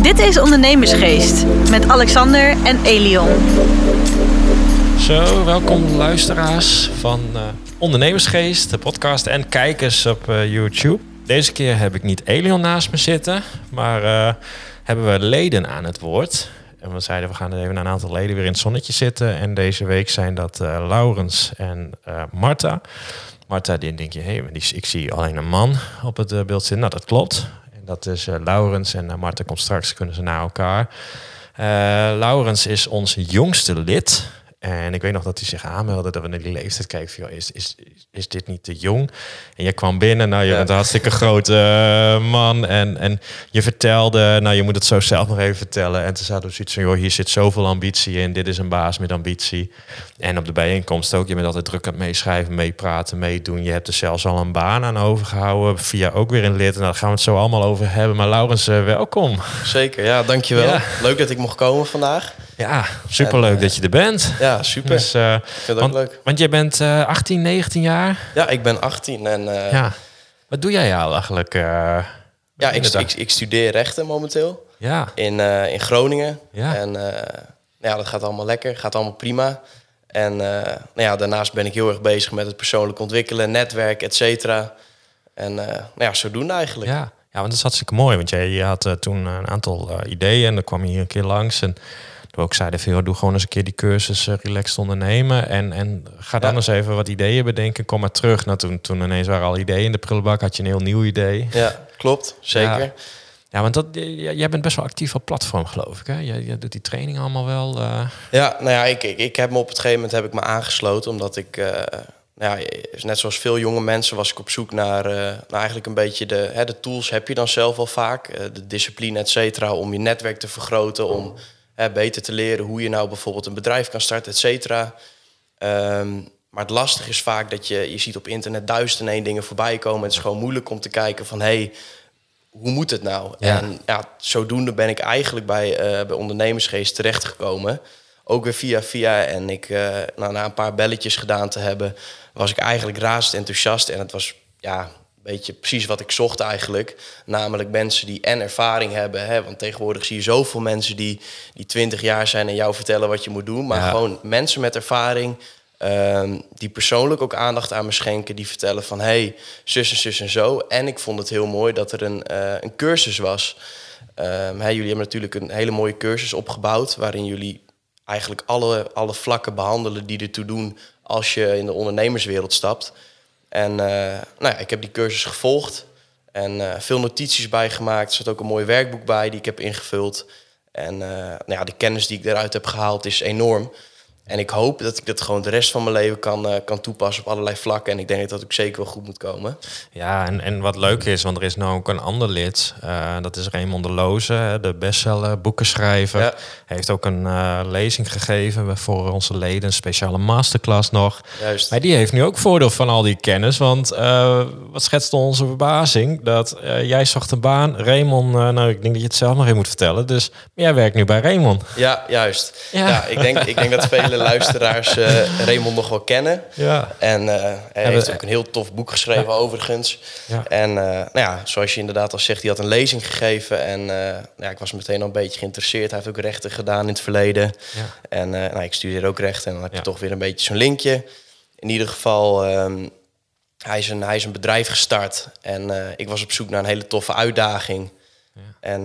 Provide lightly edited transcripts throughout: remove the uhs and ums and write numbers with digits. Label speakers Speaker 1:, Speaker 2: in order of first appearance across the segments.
Speaker 1: Dit is Ondernemersgeest met Alexander en Elion.
Speaker 2: Zo, welkom luisteraars van Ondernemersgeest, de podcast en kijkers op YouTube. Deze keer heb ik niet Elion naast me zitten, maar hebben we leden aan het woord. En we zeiden, we gaan even een aantal leden weer in het zonnetje zitten. En deze week zijn dat Laurens en Marta. Marta, die denk je, ik zie alleen een man op het beeld zitten. Nou, dat klopt. En dat is Laurens en Marta komt straks, kunnen ze naar elkaar. Laurens is ons jongste lid. En ik weet nog dat hij zich aanmeldde, dat we naar die leeftijd kijken. Van, is dit niet te jong? En je kwam binnen, nou, je bent een hartstikke grote man. En je vertelde, nou, je moet het zo zelf nog even vertellen. En toen zaten we zoiets van, joh, hier zit zoveel ambitie in. Dit is een baas met ambitie. En op de bijeenkomst ook, je bent altijd druk aan het meeschrijven, meepraten, meedoen. Je hebt er zelfs al een baan aan overgehouden. Via ook weer een lid. En daar gaan we het zo allemaal over hebben. Maar Laurens, welkom.
Speaker 3: Zeker, ja, dankjewel. Ja. Leuk dat ik mocht komen vandaag.
Speaker 2: Ja, superleuk dat je er bent.
Speaker 3: Ja, super.
Speaker 2: Dus,
Speaker 3: ik vind het ook leuk.
Speaker 2: Want jij bent 18, 19 jaar?
Speaker 3: Ja, ik ben 18. En,
Speaker 2: ja. Wat doe jij eigenlijk?
Speaker 3: Ja, ik studeer rechten momenteel.
Speaker 2: Ja.
Speaker 3: In Groningen.
Speaker 2: Ja.
Speaker 3: En ja, dat gaat allemaal lekker. Gaat allemaal prima. En daarnaast ben ik heel erg bezig met het persoonlijk ontwikkelen, netwerk, et cetera. En zodoende eigenlijk.
Speaker 2: Ja. Ja, want dat is hartstikke mooi. Want je had toen een aantal ideeën en dan kwam je hier een keer langs. En we ook zeiden veel, doe gewoon eens een keer die cursus relaxed ondernemen. En ga dan eens even wat ideeën bedenken. Kom maar terug. Nou, toen ineens waren al ideeën in de prullenbak. Had je een heel nieuw idee.
Speaker 3: Ja, klopt. Zeker.
Speaker 2: Ja, want jij bent best wel actief op platform, geloof ik. Hè? Jij doet die training allemaal wel.
Speaker 3: Ja, nou ja, ik heb me op het gegeven moment aangesloten. Omdat ik, net zoals veel jonge mensen, was ik op zoek naar eigenlijk een beetje de tools heb je dan zelf al vaak. De discipline, et cetera, om je netwerk te vergroten. Om beter te leren hoe je nou bijvoorbeeld een bedrijf kan starten, et cetera. Maar het lastige is vaak dat je ziet op internet 1001 dingen voorbij komen. Het is gewoon moeilijk om te kijken van, hoe moet het nou?
Speaker 2: Ja.
Speaker 3: En zodoende ben ik eigenlijk bij Ondernemersgeest terechtgekomen. Ook weer via. En ik, na een paar belletjes gedaan te hebben, was ik eigenlijk razend enthousiast. En het was een beetje precies wat ik zocht eigenlijk. Namelijk mensen die ervaring hebben. Hè? Want tegenwoordig zie je zoveel mensen die 20 jaar zijn en jou vertellen wat je moet doen. Maar gewoon mensen met ervaring, die persoonlijk ook aandacht aan me schenken. Die vertellen van, zus en zus en zo. En ik vond het heel mooi dat er een cursus was. Jullie hebben natuurlijk een hele mooie cursus opgebouwd, waarin jullie eigenlijk alle vlakken behandelen die ertoe doen als je in de ondernemerswereld stapt. En ik heb die cursus gevolgd en veel notities bijgemaakt. Er zat ook een mooi werkboek bij die ik heb ingevuld. En de kennis die ik eruit heb gehaald is enorm. En ik hoop dat ik dat gewoon de rest van mijn leven kan toepassen op allerlei vlakken. En ik denk dat dat ook zeker wel goed moet komen.
Speaker 2: Ja, en wat leuk is, want er is nou ook een ander lid. Dat is Raymond de Loze, de bestseller boekenschrijver. Ja. Hij heeft ook een lezing gegeven voor onze leden. Een speciale masterclass nog.
Speaker 3: Juist.
Speaker 2: Maar die heeft nu ook voordeel van al die kennis. Want wat schetste onze verbazing? Dat jij zocht een baan. Raymond, ik denk dat je het zelf nog even moet vertellen. Dus jij werkt nu bij Raymond.
Speaker 3: Ja, juist. Ja, ik denk dat vele luisteraars Raymond nog wel kennen. Ja. En hij heeft ook een heel tof boek geschreven overigens. Ja. En zoals je inderdaad al zegt, hij had een lezing gegeven. En ik was meteen al een beetje geïnteresseerd. Hij heeft ook rechten gedaan in het verleden. Ja. En ik studeer ook rechten. En dan heb je toch weer een beetje zo'n linkje. In ieder geval, hij is een bedrijf gestart. En ik was op zoek naar een hele toffe uitdaging. Ja.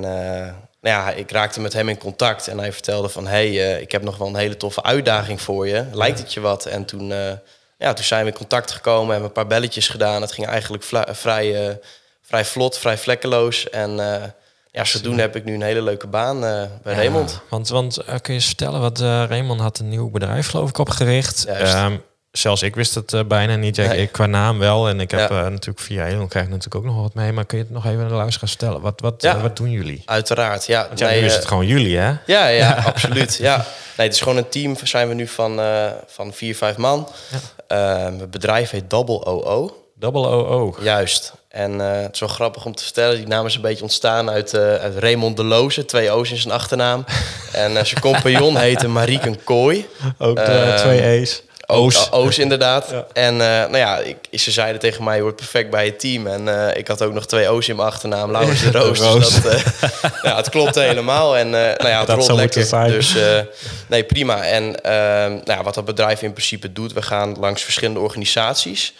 Speaker 3: En ik raakte met hem in contact en hij vertelde van, ik heb nog wel een hele toffe uitdaging voor je. Lijkt het je wat? En toen zijn we in contact gekomen, hebben een paar belletjes gedaan. Het ging eigenlijk vrij vlot, vrij vlekkeloos. En zodoende heb ik nu een hele leuke baan bij Raymond.
Speaker 2: Want kun je eens vertellen, wat Raymond had een nieuw bedrijf, geloof ik, opgericht. Zelfs ik wist het bijna niet. Ik qua naam wel. En ik heb natuurlijk via Elon krijg ik natuurlijk ook nog wat mee. Maar kun je het nog even aan de luisteraars vertellen? Wat doen jullie?
Speaker 3: Uiteraard, ja.
Speaker 2: Want nu is het gewoon jullie, hè?
Speaker 3: Ja, absoluut. Ja. Nee, het is gewoon een team. Zijn we nu van 4-5 man. Ja. Het bedrijf heet Double OO.
Speaker 2: Double OO.
Speaker 3: Juist. En het is wel grappig om te vertellen. Die naam is een beetje ontstaan uit Raymond de Loze. 2 O's in zijn achternaam. En zijn compagnon heette Marieke Kooi.
Speaker 2: Ook 2 E's.
Speaker 3: Oos inderdaad.
Speaker 2: Ja.
Speaker 3: En ze zeiden tegen mij, je wordt perfect bij je team. En ik had ook nog 2 O's in mijn achternaam, Laurens de Roos. Dus het klopt helemaal. En het rolt lekker. Dus nee, prima. En wat dat bedrijf in principe doet, we gaan langs verschillende organisaties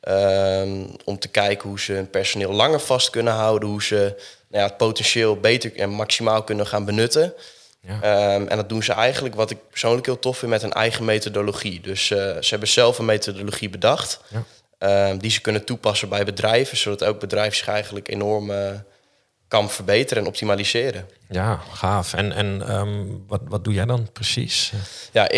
Speaker 3: om te kijken hoe ze hun personeel langer vast kunnen houden, hoe ze het potentieel beter en maximaal kunnen gaan benutten. Ja. En dat doen ze eigenlijk, wat ik persoonlijk heel tof vind, met een eigen methodologie. Dus ze hebben zelf een methodologie bedacht, die ze kunnen toepassen bij bedrijven, zodat elk bedrijf zich eigenlijk enorm kan verbeteren en optimaliseren.
Speaker 2: Ja, gaaf. En wat doe jij dan precies?
Speaker 3: Ja,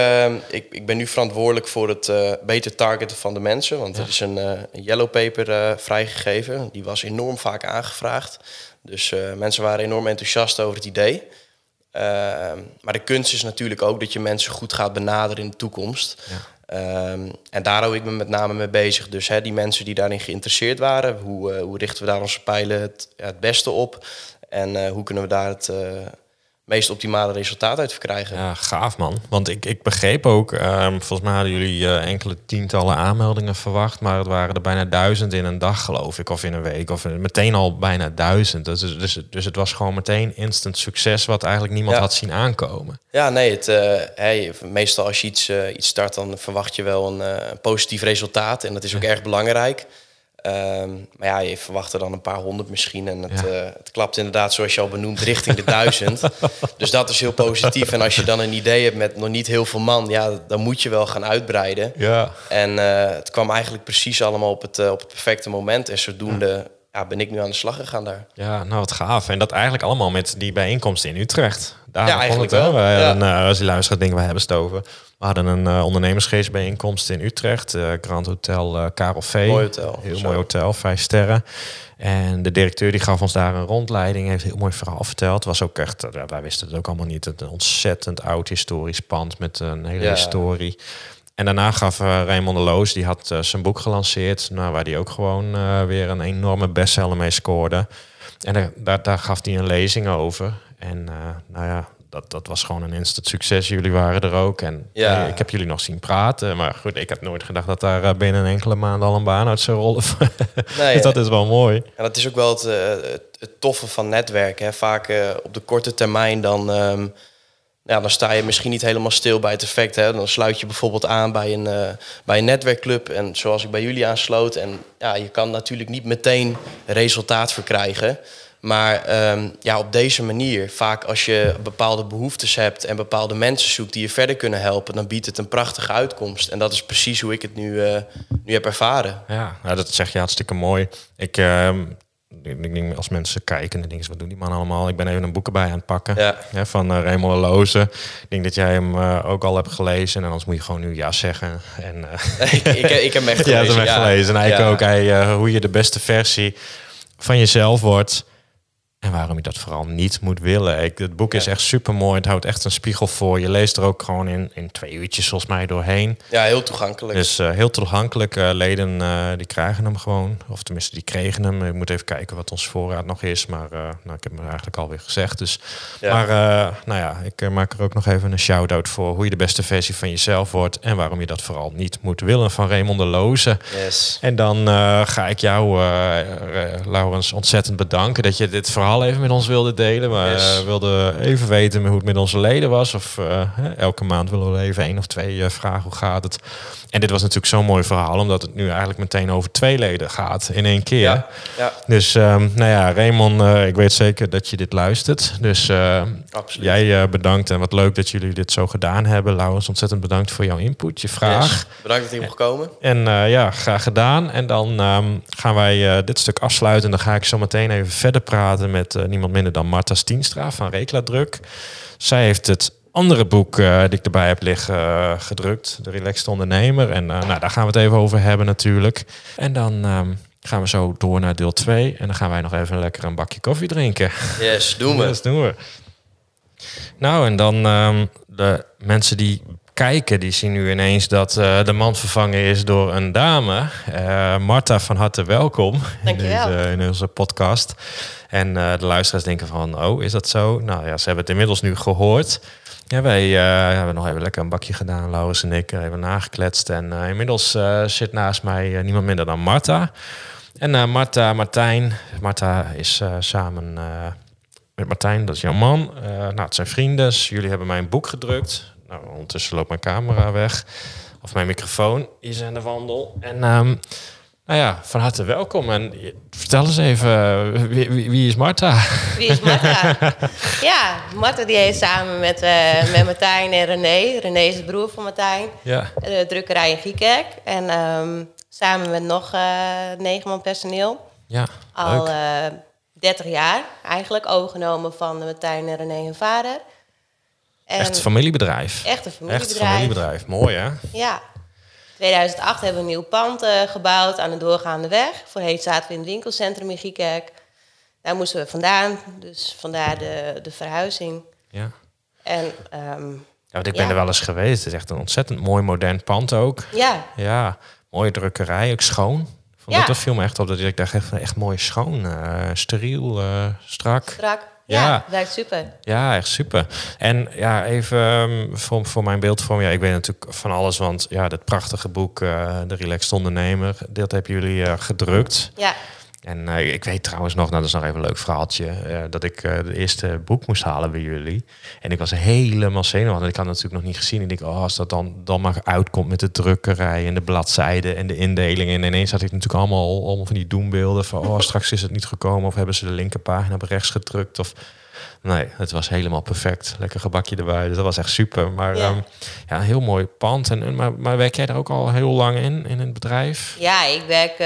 Speaker 3: ik ben nu verantwoordelijk voor het beter targeten van de mensen. Want er is een yellow paper vrijgegeven. Die was enorm vaak aangevraagd. Dus mensen waren enorm enthousiast over het idee. Maar de kunst is natuurlijk ook dat je mensen goed gaat benaderen in de toekomst. Ja. En daar hou ik me met name mee bezig. Dus die mensen die daarin geïnteresseerd waren, hoe richten we daar onze pijlen het beste op? En hoe kunnen we daar het meest optimale resultaat uit verkrijgen?
Speaker 2: Ja, gaaf man. Want ik begreep ook, volgens mij hadden jullie enkele tientallen aanmeldingen verwacht, maar het waren er bijna 1000 in een dag, geloof ik, of in een week, of meteen al bijna 1000. Dus het was gewoon meteen instant succes, wat eigenlijk niemand had zien aankomen.
Speaker 3: Ja, nee, meestal als je iets start, dan verwacht je wel een positief resultaat. En dat is ook erg belangrijk. Maar je verwacht er dan een paar honderd misschien. En het klapt inderdaad, zoals je al benoemt, richting de 1000. Dus dat is heel positief. En als je dan een idee hebt met nog niet heel veel man, dan moet je wel gaan uitbreiden. Ja. En het kwam eigenlijk precies allemaal op het perfecte moment. En zodoende ben ik nu aan de slag gegaan daar. Ja,
Speaker 2: nou wat gaaf. En dat eigenlijk allemaal met die bijeenkomst in Utrecht. Daar
Speaker 3: eigenlijk wel.
Speaker 2: Als je luistert, dingen we hebben het over. We hadden een ondernemersgeestbijeenkomst in Utrecht. Grand Hotel Karel V.
Speaker 3: Mooi hotel.
Speaker 2: Heel mooi hotel, 5 sterren. En de directeur die gaf ons daar een rondleiding. Heeft een heel mooi verhaal verteld. Het was ook echt, wij wisten het ook allemaal niet. Een ontzettend oud historisch pand met een hele historie. En daarna gaf Raymond de Loos, die had zijn boek gelanceerd. Waar hij ook gewoon weer een enorme bestseller mee scoorde. En daar gaf hij een lezing over. En dat was gewoon een instant succes. Jullie waren er ook. En ik heb jullie nog zien praten. Maar goed, ik had nooit gedacht dat daar binnen enkele maanden al een baan uit zou rollen. Nee, dus dat is wel mooi.
Speaker 3: En dat is ook wel het toffe van netwerken. Hè. Vaak op de korte termijn dan sta je misschien niet helemaal stil bij het effect. Hè. Dan sluit je bijvoorbeeld aan bij een netwerkclub. En zoals ik bij jullie aansloot. En je kan natuurlijk niet meteen resultaat verkrijgen. Maar op deze manier, vaak als je bepaalde behoeftes hebt en bepaalde mensen zoekt die je verder kunnen helpen, dan biedt het een prachtige uitkomst. En dat is precies hoe ik het nu heb ervaren.
Speaker 2: Ja, dat zeg je hartstikke mooi. Ik denk, als mensen kijken en denken, wat doen die man allemaal? Ik ben even een boek erbij aan het pakken van Raymond de Loze. Ik denk dat jij hem ook al hebt gelezen. En anders moet je gewoon nu ja zeggen. En,
Speaker 3: ik heb hem echt gelezen.
Speaker 2: Ja, gelezen. En eigenlijk ook hoe je de beste versie van jezelf wordt. En waarom je dat vooral niet moet willen. Het boek is echt super mooi. Het houdt echt een spiegel voor. Je leest er ook gewoon in 2 uurtjes volgens mij doorheen.
Speaker 3: Ja, heel toegankelijk.
Speaker 2: Dus heel toegankelijk. Leden die krijgen hem gewoon. Of tenminste, die kregen hem. Ik moet even kijken wat ons voorraad nog is. Maar ik heb hem eigenlijk alweer gezegd. Dus. Ja. Maar ik maak er ook nog even een shout-out voor. Hoe je de beste versie van jezelf wordt. En waarom je dat vooral niet moet willen. Van Raymond de Loze.
Speaker 3: Yes.
Speaker 2: En dan ga ik jou, Laurens, ontzettend bedanken dat je dit verhaal even met ons wilde delen. Maar wilde even weten hoe het met onze leden was. Of elke maand willen we even 1 of 2 vragen. Hoe gaat het? En dit was natuurlijk zo'n mooi verhaal. Omdat het nu eigenlijk meteen over 2 leden gaat. In 1 keer.
Speaker 3: Ja, ja.
Speaker 2: Dus Raymond, ik weet zeker dat je dit luistert. Dus jij bedankt. En wat leuk dat jullie dit zo gedaan hebben. Laurens, ontzettend bedankt voor jouw input. Je vraag.
Speaker 3: Yes. Bedankt dat ik mocht komen.
Speaker 2: En graag gedaan. En dan gaan wij dit stuk afsluiten. En dan ga ik zo meteen even verder praten met niemand minder dan Marta Stienstra van Recladruk. Zij heeft het andere boek die ik erbij heb liggen gedrukt. De Relaxed Ondernemer. En daar gaan we het even over hebben natuurlijk. En dan gaan we zo door naar deel 2. En dan gaan wij nog even lekker een bakje koffie drinken.
Speaker 3: Yes, doen we.
Speaker 2: Nou, en dan de mensen die kijken, die zien nu ineens dat de man vervangen is door een dame. Marta, van harte welkom in onze podcast. En de luisteraars denken van, oh, is dat zo? Nou ja, ze hebben het inmiddels nu gehoord. Ja, wij hebben nog even lekker een bakje gedaan, Laurens en ik. Even nagekletst. En inmiddels zit naast mij niemand minder dan Marta. En Martijn. Marta is samen met Martijn, dat is jouw man. Het zijn vrienden. Dus jullie hebben mijn boek gedrukt. Nou, ondertussen loopt mijn camera weg. Of mijn microfoon is aan de wandel. En van harte welkom. En vertel eens even, wie is Marta?
Speaker 4: Wie is Marta? Ja, Marta die heeft samen met Martijn en René. René is de broer van Martijn.
Speaker 2: Ja.
Speaker 4: De drukkerij in Giekek. En samen met nog 9 man personeel.
Speaker 2: Ja,
Speaker 4: al 30 jaar eigenlijk. Overgenomen van Martijn en René hun vader. En
Speaker 2: echt een familiebedrijf.
Speaker 4: Echt een familiebedrijf.
Speaker 2: Echt een familiebedrijf. Mooi, hè?
Speaker 4: Ja. 2008 hebben we een nieuw pand gebouwd aan de doorgaande weg. Voorheen zaten we in het winkelcentrum in Giekek. Daar moesten we vandaan, dus vandaar de verhuizing.
Speaker 2: Ja.
Speaker 4: En,
Speaker 2: want ik ben er wel eens geweest. Het is echt een ontzettend mooi modern pand ook.
Speaker 4: Ja.
Speaker 2: Ja, mooie drukkerij, ook schoon. Dat viel me echt op, dat ik dacht echt mooi schoon, steriel, strak.
Speaker 4: Ja, werkt super.
Speaker 2: Ja, echt super. En ja, even voor mijn beeldvorming. Ja, ik weet natuurlijk van alles, want ja, dat prachtige boek, De Relaxed Ondernemer, dat hebben jullie gedrukt.
Speaker 4: Ja.
Speaker 2: En ik weet trouwens nog, dat is nog even een leuk verhaaltje, dat ik het eerste boek moest halen bij jullie. En ik was helemaal zenuwachtig. Ik had het natuurlijk nog niet gezien. En ik dacht, als dat dan maar uitkomt met de drukkerij en de bladzijden en de indelingen. En ineens had ik natuurlijk allemaal van die doembeelden van, straks is het niet gekomen. Of hebben ze de linkerpagina op rechts gedrukt. Of nee, het was helemaal perfect. Lekker gebakje erbij. Dus dat was echt super. Maar een heel mooi pand. Maar werk jij er ook al heel lang in het bedrijf?
Speaker 4: Ja, ik werk...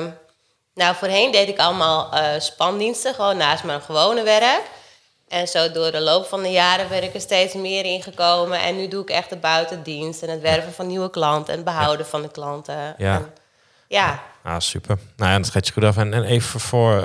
Speaker 4: voorheen deed ik allemaal spandiensten, gewoon naast mijn gewone werk. En zo door de loop van de jaren ben ik er steeds meer in gekomen. En nu doe ik echt de buitendienst en het werven van nieuwe klanten en het behouden van de klanten.
Speaker 2: Ja. Super. Nou ja, dat gaat je goed af. En even voor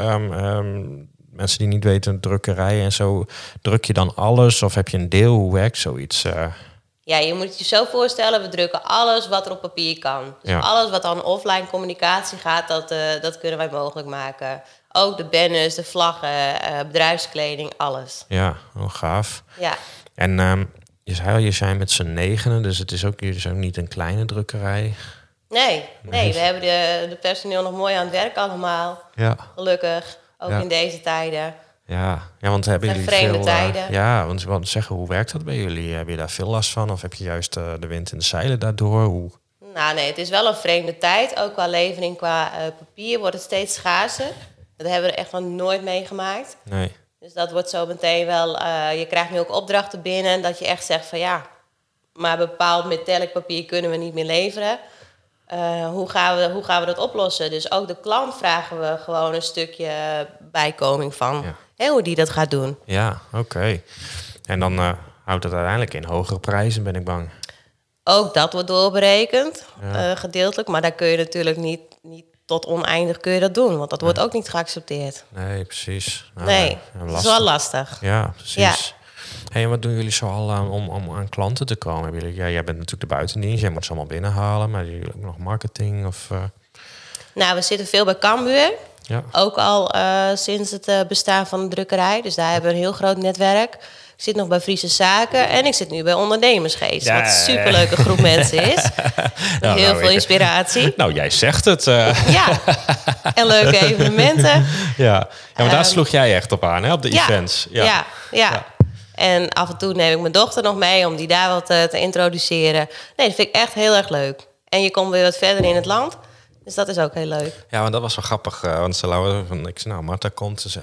Speaker 2: mensen die niet weten, drukkerij en zo. Druk je dan alles of heb je een deel? Hoe werkt zoiets?
Speaker 4: Ja, je moet het je zo voorstellen, we drukken alles wat er op papier kan. Dus alles wat aan offline communicatie gaat, dat kunnen wij mogelijk maken. Ook de banners, de vlaggen, bedrijfskleding, alles.
Speaker 2: Ja, gaaf.
Speaker 4: Ja.
Speaker 2: En je zijn met z'n 9, dus het is ook, jullie zijn ook niet een kleine drukkerij.
Speaker 4: Nee, we hebben de personeel nog mooi aan het werk allemaal. Ja. Gelukkig, ook in deze tijden.
Speaker 2: Ja, want hebben jullie
Speaker 4: vreemde
Speaker 2: veel
Speaker 4: tijden.
Speaker 2: Ja, want ik wil zeggen, hoe werkt dat bij jullie? Heb je daar veel last van? Of heb je juist de wind in de zeilen daardoor? Hoe?
Speaker 4: Nou nee, het is wel een vreemde tijd. Ook qua levering, qua papier wordt het steeds schaarser. Dat hebben we echt nog nooit meegemaakt.
Speaker 2: Nee.
Speaker 4: Dus dat wordt zo meteen wel... je krijgt nu ook opdrachten binnen dat je echt zegt van ja... maar bepaald metallic papier kunnen we niet meer leveren. Hoe gaan we dat oplossen? Dus ook de klant vragen we gewoon een stukje bijkoming van... hoe die dat gaat doen.
Speaker 2: Ja, oké. En dan houdt het uiteindelijk in hogere prijzen, ben ik bang.
Speaker 4: Ook dat wordt doorberekend, gedeeltelijk. Maar daar kun je natuurlijk niet tot oneindig kun je dat doen. Want dat wordt ook niet geaccepteerd.
Speaker 2: Nee, precies.
Speaker 4: Dat is wel lastig.
Speaker 2: Ja, precies. Ja. Hey, en wat doen jullie zo al om aan klanten te komen? Jij bent natuurlijk de buitendienst. Jij moet ze allemaal binnenhalen. Maar jullie ook nog marketing?
Speaker 4: Nou, we zitten veel bij Cambuur.
Speaker 2: Ja.
Speaker 4: Ook al sinds het bestaan van de drukkerij. Dus daar hebben we een heel groot netwerk. Ik zit nog bij Friese Zaken en ik zit nu bij Ondernemersgeest. Wat een superleuke groep mensen is. Heel veel inspiratie.
Speaker 2: Nou, jij zegt het.
Speaker 4: Ja, en leuke evenementen.
Speaker 2: Ja, maar daar sloeg jij echt op aan, hè? Op de events.
Speaker 4: Ja. En af en toe neem ik mijn dochter nog mee om die daar wat te introduceren. Nee, dat vind ik echt heel erg leuk. En je komt weer wat verder in het land. Dus dat is ook heel leuk.
Speaker 2: Ja, want dat was wel grappig. Want ze lauwen ik zei, nou, Marta komt. Ze zei,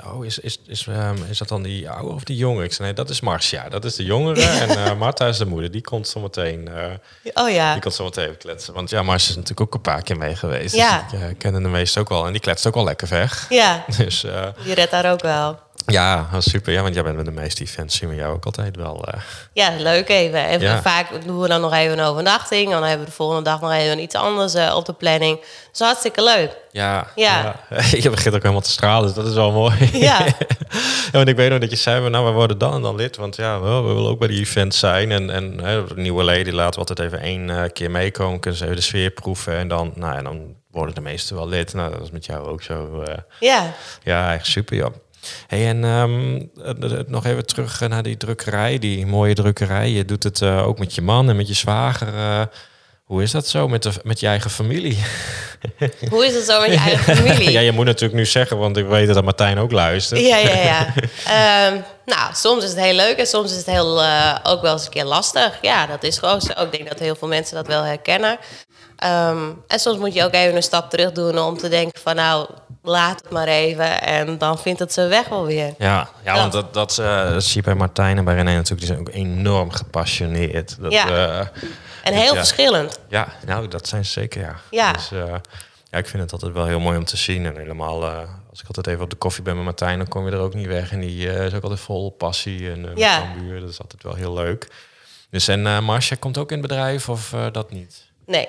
Speaker 2: is dat dan die oude of die jonge? Ik zei, nee, dat is Marcia. Dat is de jongere. En Marta is de moeder. Die komt zometeen. Die komt zometeen even kletsen. Want ja, Marcia is natuurlijk ook een paar keer mee geweest.
Speaker 4: Ja.
Speaker 2: Dus ik ken de meeste ook wel. En die kletst ook wel lekker weg.
Speaker 4: Ja,
Speaker 2: Dus,
Speaker 4: die redt daar ook wel.
Speaker 2: Ja, super. Ja, want jij bent met de meeste events, zien we jou ook altijd wel.
Speaker 4: Ja, leuk even. En
Speaker 2: Ja.
Speaker 4: vaak doen we dan nog even een overnachting. Dan hebben we de volgende dag nog even iets anders op de planning. Dat is hartstikke leuk.
Speaker 2: Ja.
Speaker 4: Ja.
Speaker 2: Je begint ook helemaal te stralen, dus dat is wel mooi.
Speaker 4: Ja.
Speaker 2: Ja, want ik weet nog dat je zei, nou, we worden dan en dan lid. Want ja, we willen ook bij die events zijn. En nieuwe leden laten we altijd even 1 keer meekomen. Kunnen ze even de sfeer proeven. En dan, nou, en dan worden de meesten wel lid. Nou, dat is met jou ook zo.
Speaker 4: Ja.
Speaker 2: Ja, echt super, joh. Hey, en nog even terug naar die drukkerij, die mooie drukkerij. Je doet het ook met je man en met je zwager. Hoe is dat zo met je eigen familie?
Speaker 4: Hoe is het zo met je eigen familie?
Speaker 2: Ja, je moet natuurlijk nu zeggen, want ik weet dat Martijn ook luistert.
Speaker 4: Ja. Nou, soms is het heel leuk en soms is het heel, ook wel eens een keer lastig. Ja, dat is gewoon zo. Ik denk dat heel veel mensen dat wel herkennen. En soms moet je ook even een stap terug doen om te denken van nou, laat het maar even. En dan vindt het zijn weg wel weer.
Speaker 2: Ja, want dat zie je bij Martijn en bij René natuurlijk. Die zijn ook enorm gepassioneerd.
Speaker 4: En heel verschillend.
Speaker 2: Ja, nou, dat zijn ze zeker, ja.
Speaker 4: Ja.
Speaker 2: Dus, ja, ik vind het altijd wel heel mooi om te zien. En helemaal, als ik altijd even op de koffie ben met Martijn, dan kom je er ook niet weg. En die is ook altijd vol passie en Cambuur. Dat is altijd wel heel leuk. Dus en Marcia komt ook in het bedrijf of dat niet?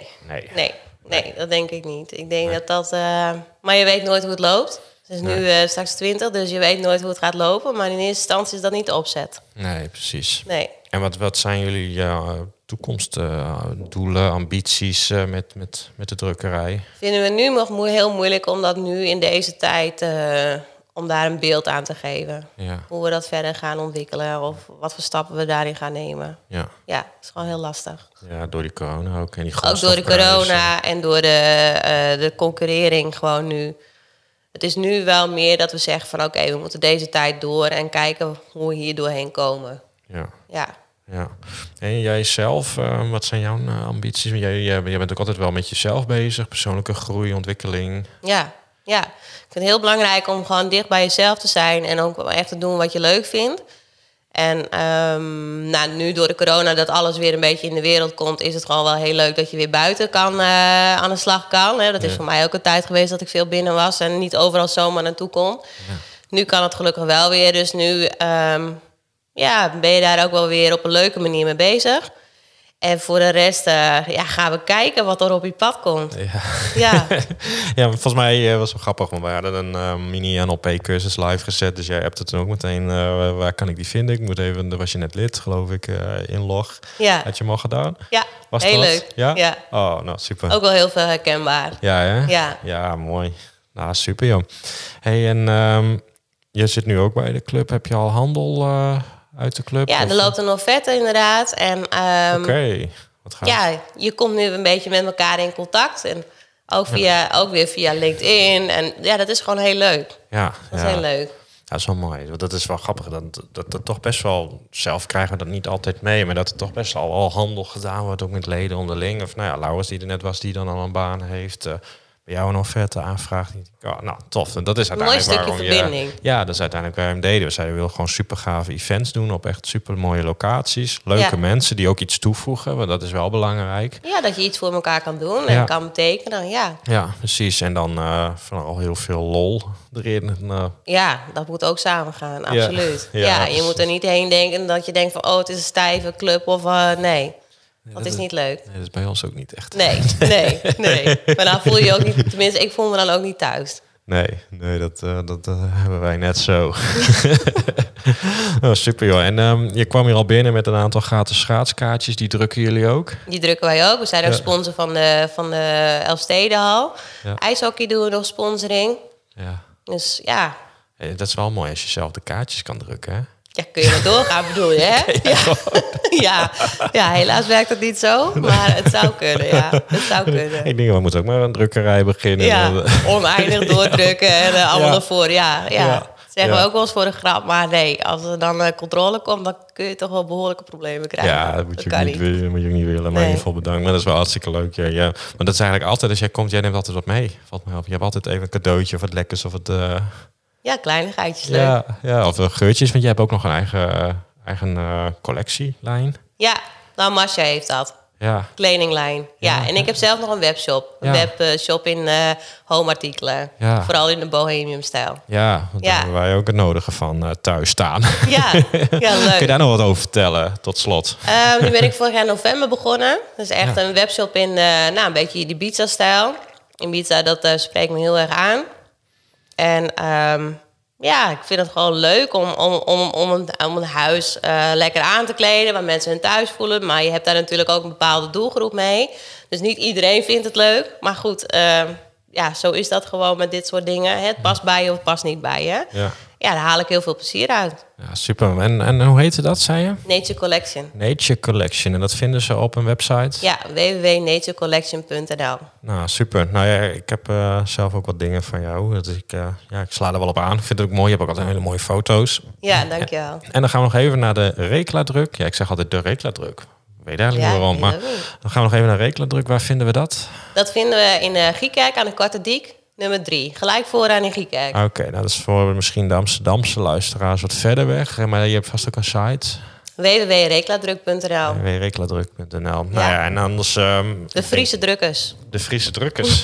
Speaker 4: Nee, dat denk ik niet. Ik denk dat... maar je weet nooit hoe het loopt. Het is nu straks 20, dus je weet nooit hoe het gaat lopen. Maar in eerste instantie is dat niet de opzet.
Speaker 2: Nee, precies.
Speaker 4: Nee.
Speaker 2: En wat zijn jullie toekomstdoelen, ambities met de drukkerij?
Speaker 4: Vinden we nu nog heel moeilijk om dat nu in deze tijd... om daar een beeld aan te geven.
Speaker 2: Ja.
Speaker 4: Hoe we dat verder gaan ontwikkelen. Of wat voor stappen we daarin gaan nemen.
Speaker 2: Ja,
Speaker 4: Ja, het is gewoon heel lastig.
Speaker 2: ja, door die corona ook. En die
Speaker 4: Ook door de corona en door de concurrering gewoon nu. Het is nu wel meer dat we zeggen van oké, we moeten deze tijd door en kijken hoe we hier doorheen komen.
Speaker 2: Ja.
Speaker 4: Ja.
Speaker 2: En jij zelf, wat zijn jouw ambities? Jij bent ook altijd wel met jezelf bezig, persoonlijke groei, ontwikkeling.
Speaker 4: Ja. Ik vind het heel belangrijk om gewoon dicht bij jezelf te zijn en ook echt te doen wat je leuk vindt. En nu door de corona dat alles weer een beetje in de wereld komt, is het gewoon wel heel leuk dat je weer buiten kan, aan de slag kan. Hè. Dat is voor mij ook een tijd geweest dat ik veel binnen was en niet overal zomaar naartoe kon. Ja. Nu kan het gelukkig wel weer, dus nu ben je daar ook wel weer op een leuke manier mee bezig. En voor de rest gaan we kijken wat er op je pad komt. Ja.
Speaker 2: Ja, volgens mij was het wel grappig. Want we hadden een mini-NLP-cursus live gezet. Dus jij hebt het toen ook meteen, waar kan ik die vinden? Ik moet even, daar was je net lid, geloof ik, inlog.
Speaker 4: Ja.
Speaker 2: Had je hem al gedaan?
Speaker 4: Ja,
Speaker 2: was
Speaker 4: heel
Speaker 2: dat?
Speaker 4: leuk.
Speaker 2: Ja? Oh, nou, super.
Speaker 4: Ook wel heel veel herkenbaar.
Speaker 2: Ja, hè?
Speaker 4: Ja.
Speaker 2: Ja, mooi. Nou, super, joh. Hey, en je zit nu ook bij de club. Heb je al handel... uit de club?
Speaker 4: Ja, er loopt een offerte inderdaad. En
Speaker 2: Oké, wat gaaf.
Speaker 4: Ja, je komt nu een beetje met elkaar in contact. En ook weer via LinkedIn. En ja, dat is gewoon heel leuk.
Speaker 2: Ja,
Speaker 4: dat is heel leuk.
Speaker 2: Ja, dat is wel mooi. Want dat is wel grappig. Dat toch best wel... Zelf krijgen we dat niet altijd mee. Maar dat er toch best al handel gedaan wordt. Ook met leden onderling. Of nou ja, Lauwers die er net was. Die dan al een baan heeft. Bij jou een offerte aanvraagt. Nou, tof. En dat is uiteindelijk
Speaker 4: een mooi stukje verbinding.
Speaker 2: Ja, dat is uiteindelijk waar we hem deden. We zeiden, we willen gewoon super gave events doen op echt super mooie locaties. Leuke mensen die ook iets toevoegen, want dat is wel belangrijk.
Speaker 4: Ja, dat je iets voor elkaar kan doen en kan betekenen.
Speaker 2: Ja, precies. En dan vooral heel veel lol erin.
Speaker 4: Ja, dat moet ook samen gaan, absoluut.
Speaker 2: Ja,
Speaker 4: je moet er niet heen denken dat je denkt van oh, het is een stijve club of nee. Dat is niet leuk.
Speaker 2: Nee, dat is bij ons ook niet echt.
Speaker 4: Nee. Maar dan voel je je ook niet... Tenminste, ik voel me dan ook niet thuis.
Speaker 2: Nee, dat hebben wij net zo. Oh, super joh. En je kwam hier al binnen met een aantal gratis schaatskaartjes. Die drukken jullie ook? Die
Speaker 4: drukken wij ook. We zijn ook sponsor van de Elfstedenhal. Ja. IJshockey doen we nog sponsoring.
Speaker 2: Ja.
Speaker 4: Dus ja.
Speaker 2: Hey, dat is wel mooi als je zelf de kaartjes kan drukken, hè?
Speaker 4: Ja, kun je maar doorgaan, bedoel je, hè? Ja, helaas werkt dat niet zo. Maar het zou kunnen, ja. Het zou kunnen.
Speaker 2: Ik denk, we moeten ook maar een drukkerij beginnen.
Speaker 4: Ja, oneindig doordrukken en allemaal ervoor. Ja. Zeggen we ook wel eens voor de grap. Maar nee, als er dan controle komt, dan kun je toch wel behoorlijke problemen krijgen.
Speaker 2: Ja, dat moet je ook niet willen. Maar in ieder geval bedankt. Maar dat is wel hartstikke leuk. Ja. Maar dat is eigenlijk altijd, als jij komt, jij neemt altijd wat mee. Valt me op. Je hebt altijd even een cadeautje of wat lekkers of het...
Speaker 4: Ja, kleinigheidjes leuk.
Speaker 2: Ja, of geurtjes, want je hebt ook nog een eigen collectielijn.
Speaker 4: Ja, nou Marcia heeft dat. Kledinglijn. Ja, en ik heb zelf nog een webshop. Een webshop in homeartikelen.
Speaker 2: Ja.
Speaker 4: Vooral in de bohemiumstijl.
Speaker 2: Ja, want daar hebben wij ook het nodige van thuis staan.
Speaker 4: Ja, leuk.
Speaker 2: Kun je daar nog wat over vertellen, tot slot?
Speaker 4: Nu ben ik vorig jaar november begonnen. Dat is echt een webshop in een beetje de Ibiza-stijl. Ibiza, dat spreekt me heel erg aan. En ik vind het gewoon leuk om een huis lekker aan te kleden, waar mensen hun thuis voelen. Maar je hebt daar natuurlijk ook een bepaalde doelgroep mee. Dus niet iedereen vindt het leuk. Maar goed, zo is dat gewoon met dit soort dingen. Het past bij je of het past niet bij je. Ja, daar haal ik heel veel plezier uit.
Speaker 2: Ja, super. En hoe heette dat, zei je?
Speaker 4: Nature Collection.
Speaker 2: Nature Collection. En dat vinden ze op een website?
Speaker 4: Ja, www.naturecollection.nl.
Speaker 2: Nou, super. Nou ja, ik heb zelf ook wat dingen van jou. Dus ik sla er wel op aan. Ik vind het ook mooi. Je hebt ook altijd hele mooie foto's.
Speaker 4: Ja, dankjewel.
Speaker 2: En dan gaan we nog even naar de Recladruk. Ja, ik zeg altijd de Recladruk. Ik weet eigenlijk niet waarom. Maar dan gaan we nog even naar Recladruk. Waar vinden we dat? Dat vinden we in Giekerk aan de Kortediek. Nummer 3, gelijk vooraan in Giekerk. Oké, nou, dat is voor misschien de Amsterdamse luisteraars wat verder weg. Maar je hebt vast ook een site. www.recladruk.nl. www.recladruk.nl. Nou ja, en anders... de Friese drukkers. De Friese drukkers.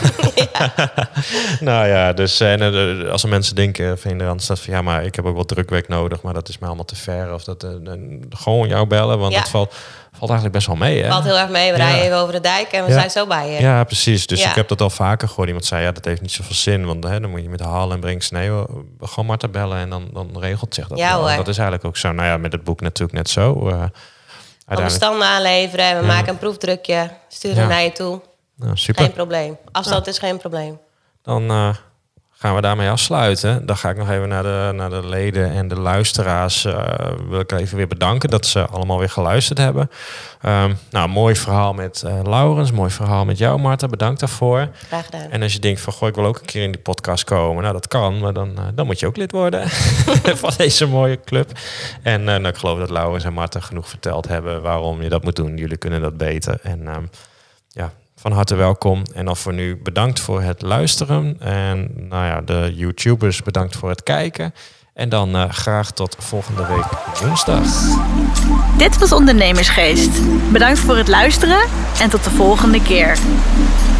Speaker 2: Nou ja, dus als er mensen denken van in de Randstad van ja, maar ik heb ook wel drukwerk nodig, maar dat is mij allemaal te ver. Of dat gewoon jou bellen, want dat valt eigenlijk best wel mee. Hè? Valt heel erg mee. We rijden even over de dijk en we zijn zo bij je. Ja, precies. Dus ik heb dat al vaker gehoord. Iemand zei, ja, dat heeft niet zoveel zin, want dan moet je met halen en brengen. Nee, gewoon maar te bellen en dan regelt zich dat. Ja, hoor. Dat is eigenlijk ook zo. Nou ja, met het boek natuurlijk net zo. Alle bestanden aanleveren en we maken een proefdrukje, sturen naar je toe. Nou, super. Geen probleem. Afstand is geen probleem. Dan gaan we daarmee afsluiten. Dan ga ik nog even naar de leden en de luisteraars. Wil ik even weer bedanken dat ze allemaal weer geluisterd hebben. Mooi verhaal met Laurens. Mooi verhaal met jou, Marta. Bedankt daarvoor. Graag gedaan. En als je denkt van, ik wil ook een keer in die podcast komen. Nou, dat kan. Maar dan moet je ook lid worden van deze mooie club. En ik geloof dat Laurens en Marta genoeg verteld hebben waarom je dat moet doen. Jullie kunnen dat beter. En van harte welkom. En dan voor nu bedankt voor het luisteren. En de YouTubers bedankt voor het kijken. En dan graag tot volgende week woensdag. Dit was Ondernemersgeest. Bedankt voor het luisteren en tot de volgende keer.